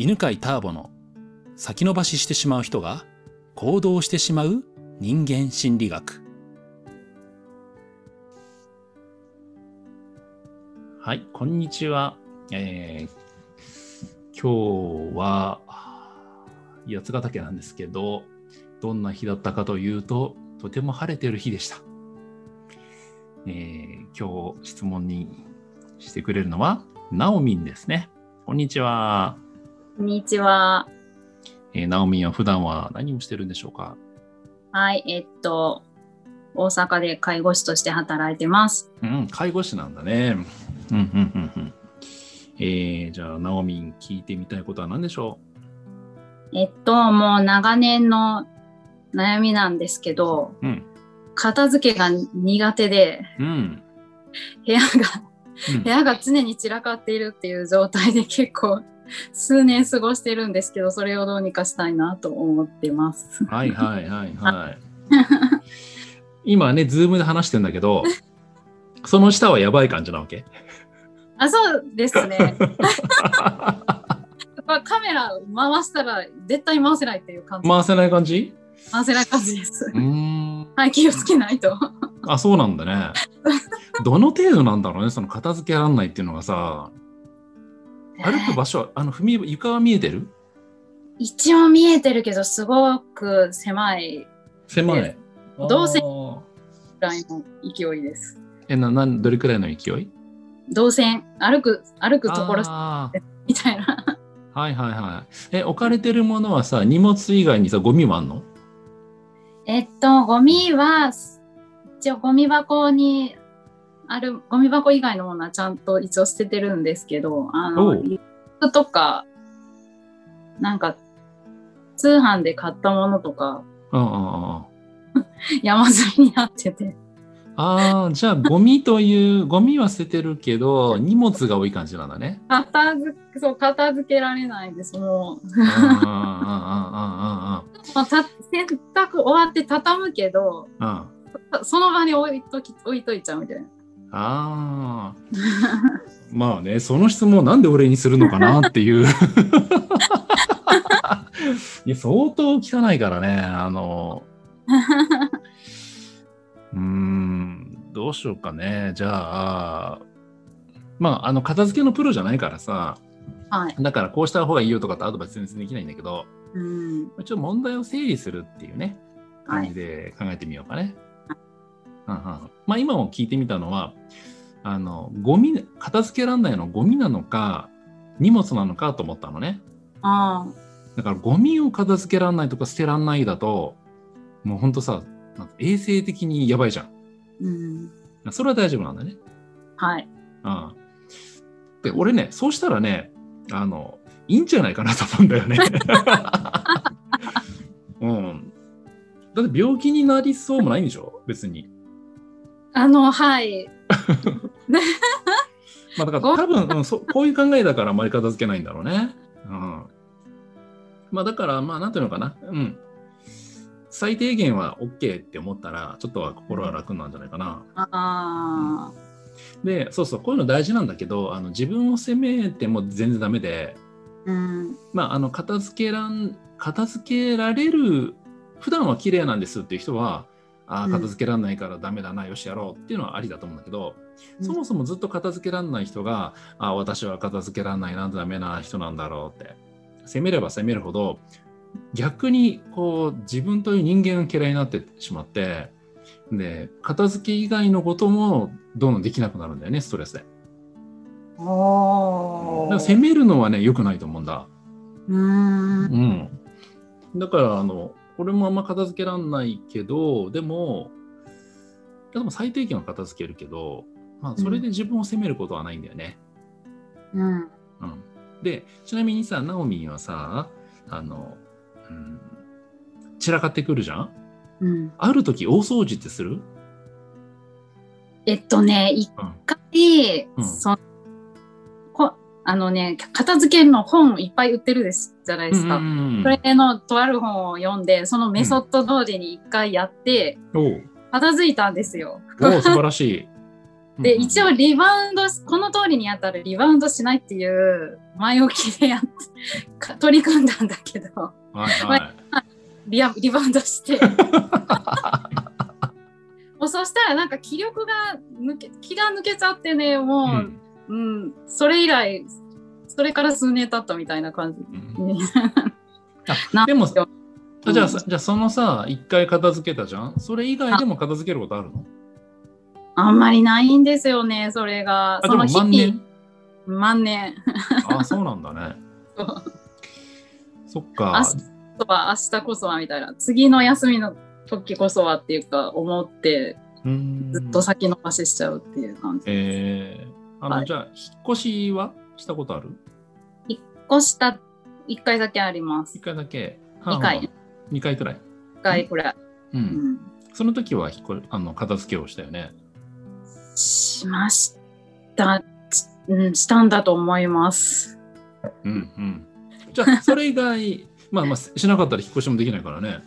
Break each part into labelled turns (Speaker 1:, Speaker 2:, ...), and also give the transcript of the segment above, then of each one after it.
Speaker 1: 犬飼ターボの先延ばししてしまう人が行動してしまう人間心理学。はい、こんにちは。今日は八ヶ岳なんですけど、どんな日だったかというと、とても晴れてる日でした。今日質問にしてくれるのはなおみんですね。こんにちは。
Speaker 2: こんにちは。
Speaker 1: なおみんは普段は何をしてるんでしょうか？
Speaker 2: はい、大阪で介護士として働いてます。
Speaker 1: 介護士なんだね。じゃあなおみん聞いてみたいことは何でしょ
Speaker 2: う？もう長年の悩みなんですけど、片付けが苦手で、部屋が常に散らかっているっていう状態で結構数年過ごしてるんですけど、それをどうにかしたいなと思ってます。
Speaker 1: はい。今ね、ズームで話してんだけど、その下はやばい感じなわけ？
Speaker 2: そうですね。カメラ回したら絶対回せないっていう感じ。
Speaker 1: 回せない感じ？
Speaker 2: 回せない感じです。はい、気をつけないと。
Speaker 1: そうなんだね。どの程度なんだろうね、その片付けらんないっていうのがさ。歩く場所は、床は見えてる？一
Speaker 2: 応見えてるけど、すごく狭い。動線ぐらいの勢いです。
Speaker 1: どれくらいの勢い？
Speaker 2: 動線、歩くところみたいな。
Speaker 1: はい。置かれてるものはさ、荷物以外にさ、ゴミもあんの？
Speaker 2: ゴミは、一応ゴミ箱にある、ゴミ箱以外のものはちゃんと一応捨ててるんですけど、リュックとか、なんか、通販で買ったものとか、山積みになってて。
Speaker 1: じゃあゴミは捨ててるけど、荷物が多い感じなんだね。
Speaker 2: 片付けられないです、もう。洗濯終わって畳むけど、その場に置いといちゃうみたいな。
Speaker 1: まあね、その質問なんで俺にするのかなっていう。いや、相当汚いからね。どうしようかね。じゃあ、片付けのプロじゃないからさ、だからこうした方がいいよとかってアドバイス全然できないんだけど、ちょっと問題を整理するっていうね、感じで考えてみようかね。今も聞いてみたのは、片付けらんないのゴミなのか、荷物なのかと思ったのね。だからゴミを片付けらんないとか捨てらんないだと、もうほんとさ、衛生的にやばいじゃん。それは大丈夫なんだね。で、俺ね、そうしたらね、いいんじゃないかなと思うんだよね。だって病気になりそうもないんでしょ、別に。
Speaker 2: はい。
Speaker 1: だから多分、こういう考えだからあまり片付けないんだろうね。だから、なんていうのかな。最低限は OK って思ったら、ちょっとは心は楽なんじゃないかな。で、こういうの大事なんだけど、自分を責めても全然ダメで、片付けられる、普段は綺麗なんですっていう人は、片付けられないからダメだな、よしやろうっていうのはありだと思うんだけど、そもそもずっと片付けられない人が、私は片付けられないなんてダメな人なんだろうって、責めれば責めるほど、逆にこう自分という人間が嫌いになってしまって、で片付け以外のこともどんどんできなくなるんだよね、ストレスで。だから責めるのはね、良くないと思うんだ。だから俺もあんま片付けらんないけど、でも最低限は片付けるけど、それで自分を責めることはないんだよね。で、ちなみにさ、ナオミンはさ、散らかってくるじゃん。ある時大掃除ってする？
Speaker 2: 一回、片付けの本いっぱい売ってるじゃないですか。それのとある本を読んで、そのメソッド通りに一回やって、片付いたんですよ。
Speaker 1: 素晴らしい。
Speaker 2: で、一応リバウンド、この通りにあたるリバウンドしないっていう前置きで取り組んだんだけど、
Speaker 1: はいはい、
Speaker 2: リバウンドしてもうそしたらなんか気が抜けちゃってね、もう、それ以来それから数年経ったみたいな感じ、
Speaker 1: でもじゃあそのさ一回片付けたじゃん。それ以外でも片付けることあるの？
Speaker 2: あんまりないんですよね、それが。
Speaker 1: その日々
Speaker 2: 万年
Speaker 1: あ、そうなんだね。そっか。
Speaker 2: 明日こそはみたいな、次の休みの時こそはっていうか思ってずっと先延ばししちゃうっていう感じです。
Speaker 1: じゃあ引っ越しはしたことある？
Speaker 2: 引っ越した1回だけあります。
Speaker 1: 1回だけ。
Speaker 2: 2回。
Speaker 1: 2回くらい。
Speaker 2: 2回くらい。
Speaker 1: その時は片付けをしたよね。
Speaker 2: しました。したんだと思います。
Speaker 1: じゃあそれ以外まあしなかったら引っ越しもできないからね。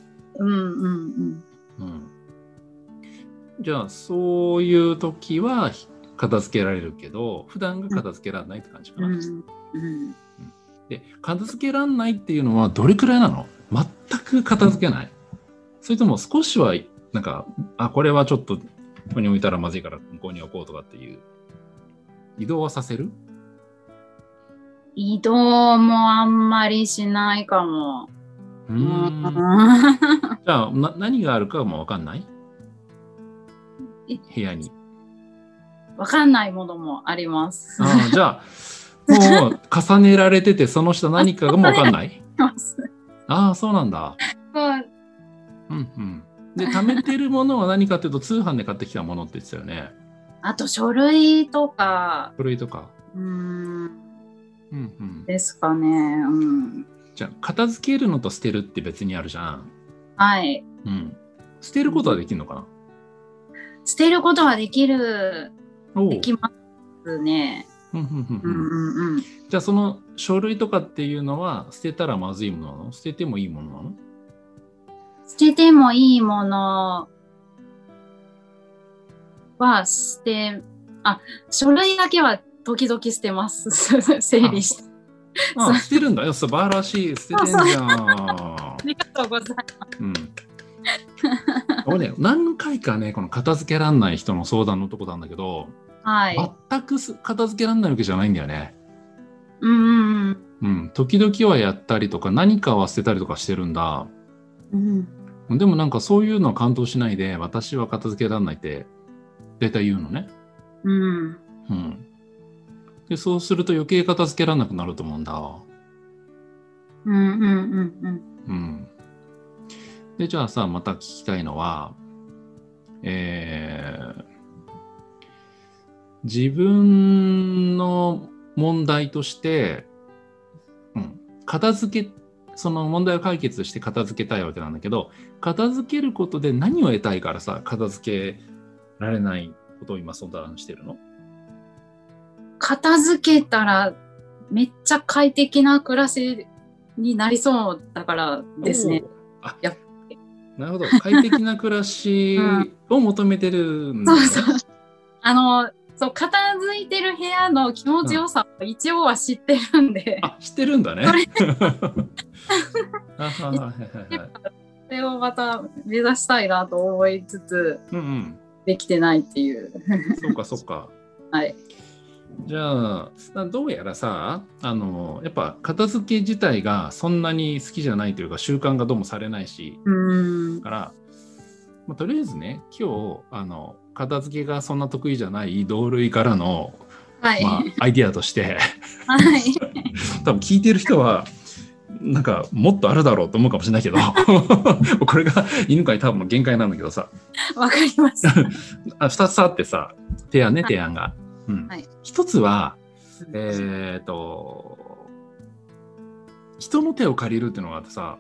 Speaker 1: じゃあそういう時は片付けられるけど普段が片付けられないって感じかな。で片付けられないっていうのはどれくらいなの？全く片付けない？それとも少しはなんかこれはちょっとここに置いたらまずいから向こうに置こうとかっていう移動はさせる？
Speaker 2: 移動もあんまりしないかも。
Speaker 1: じゃあ何があるかも分かんない？部屋に
Speaker 2: 分かんないものもあります。
Speaker 1: じゃあもう重ねられててその下何かがもう分かんない？そうなんだ。で貯めてるものは何かっていうと通販で買ってきたものって言ってたよね。
Speaker 2: あと書類とか。ですかね。
Speaker 1: じゃあ片付けるのと捨てるって別にあるじゃん。
Speaker 2: はい。
Speaker 1: 捨てることはできるのかな？
Speaker 2: 捨てることはできますね。
Speaker 1: じゃあその書類とかっていうのは捨てたらまずいものなの？捨ててもいいものなの？
Speaker 2: 捨ててもいいものは書類だけは時々捨てます。整理して。
Speaker 1: 捨てるんだよ。素晴らしい。捨ててんじゃん。
Speaker 2: ありがとうございます。
Speaker 1: 俺ね、何回かね、この片付けらんない人の相談のとこなんだけど、全く片付けらんないわけじゃないんだよね。時々はやったりとか、何かは捨てたりとかしてるんだ。でもなんかそういうのは感動しないで、私は片付けらんないって大体言うのね。でそうすると余計片付けられなくなると思うんだ。でじゃあさまた聞きたいのは、自分の問題として、その問題を解決して片付けたいわけなんだけど、片付けることで何を得たいからさ片付けられないことを今相談してるの？
Speaker 2: 片付けたらめっちゃ快適な暮らしになりそうだからですね。
Speaker 1: なるほど。快適な暮らしを求めてるんだね。
Speaker 2: そう片付いてる部屋の気持ちよさを一応は知ってるんで。
Speaker 1: 知ってるんだね。
Speaker 2: それをまた目指したいなと思いつつ、できてないっていう。
Speaker 1: そっか。
Speaker 2: はい。
Speaker 1: じゃあどうやらさやっぱ片付け自体がそんなに好きじゃないというか習慣がどうもされないしから、とりあえずね今日片付けがそんな得意じゃない同類からの、アイディアとして、多分聞いてる人はなんかもっとあるだろうと思うかもしれないけどこれが犬飼多分の限界なんだけどさ。
Speaker 2: わかります。
Speaker 1: 2つあってさ提案が。一つは、人の手を借りるっていうのがあってさ。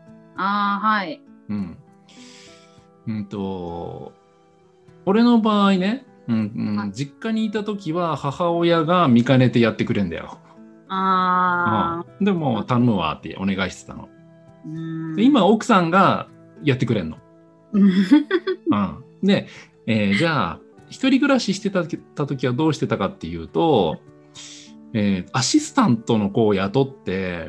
Speaker 1: 俺の場合ね、実家にいた時は母親が見かねてやってくれんだよ。でも頼むわってお願いしてたの。で今奥さんがやってくれんの。で、じゃあ一人暮らししてた時はどうしてたかっていうと、アシスタントの子を雇って、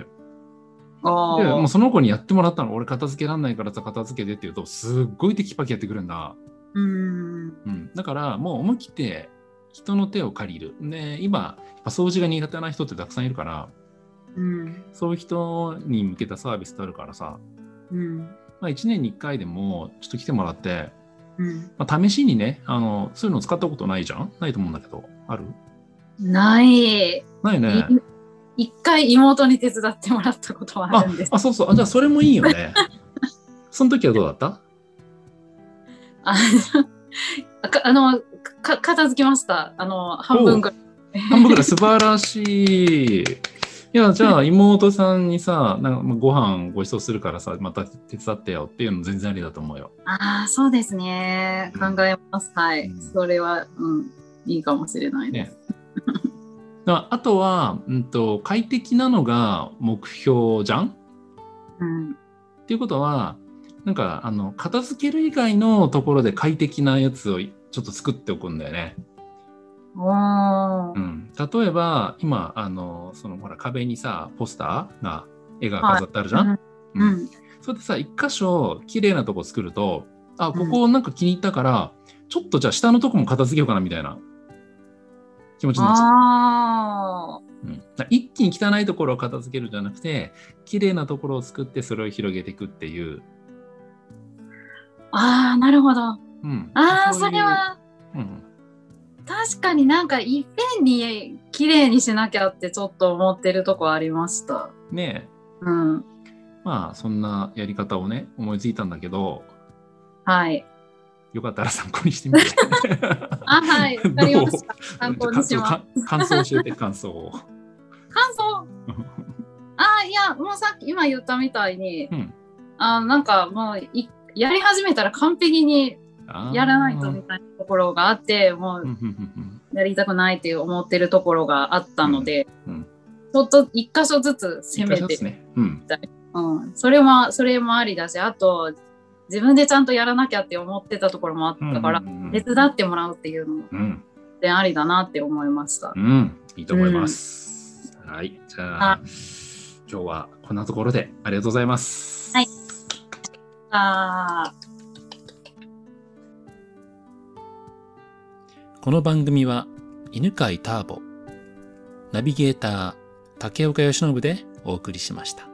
Speaker 1: でもうその子にやってもらったの。俺片付けらんないからさ、片付けてって言うと、すっごいテキパキやってくるんだ。だからもう思い切って人の手を借りる。で、今、掃除が苦手な人ってたくさんいるから、そういう人に向けたサービスってあるからさ、1年に1回でもちょっと来てもらって、試しにね、そういうの使ったことないじゃん？ないと思うんだけど、ある？
Speaker 2: ない
Speaker 1: ね。
Speaker 2: 一回妹に手伝ってもらったことはあるんです。
Speaker 1: そうそう。じゃあそれもいいよね。その時はどうだった？
Speaker 2: 片付きました。半分ぐらい。
Speaker 1: 半分ぐらい素晴らしい。いや、じゃあ妹さんにさ、なんかご飯ご馳走するからさ、また手伝ってよっていうのも全然ありだと思うよ。
Speaker 2: そうですね。考えます。はい。それは、いいかもしれないです。
Speaker 1: あとは、快適なのが目標じゃん？っていうことは、なんか片付ける以外のところで快適なやつをちょっと作っておくんだよね。例えば今そのほら壁にさポスターが絵が飾ってあるじゃん。それでさ一箇所綺麗なとこ作ると、ここなんか気に入ったから、ちょっとじゃあ下のとこも片付けようかなみたいな気持ちになっちゃう。一気に汚いところを片付けるんじゃなくて、綺麗なところを作ってそれを広げていくっていう。
Speaker 2: なるほど。それは、確かになんかいっぺんに綺麗にしなきゃってちょっと思ってるとこありました。
Speaker 1: ねえ。まあそんなやり方をね思いついたんだけど。
Speaker 2: はい。
Speaker 1: よかったら参考にしてみて。
Speaker 2: はい、わかりました。参考にします。
Speaker 1: 感想教えて、感想を。
Speaker 2: 感想いや、もうさっき今言ったみたいに、なんかもうやり始めたら完璧にやらないとみたいなところがあって、もうやりたくないって思ってるところがあったので、ちょっと一箇所ずつ攻めて、それもありだし、あと自分でちゃんとやらなきゃって思ってたところもあったから、手伝ってもらうっていうのもありだなって思いました。
Speaker 1: いいと思います。はい、じゃあ今日はこんなところでありがとうございます。
Speaker 2: はい。
Speaker 1: この番組は犬飼ターボ、ナビゲーター竹岡由伸でお送りしました。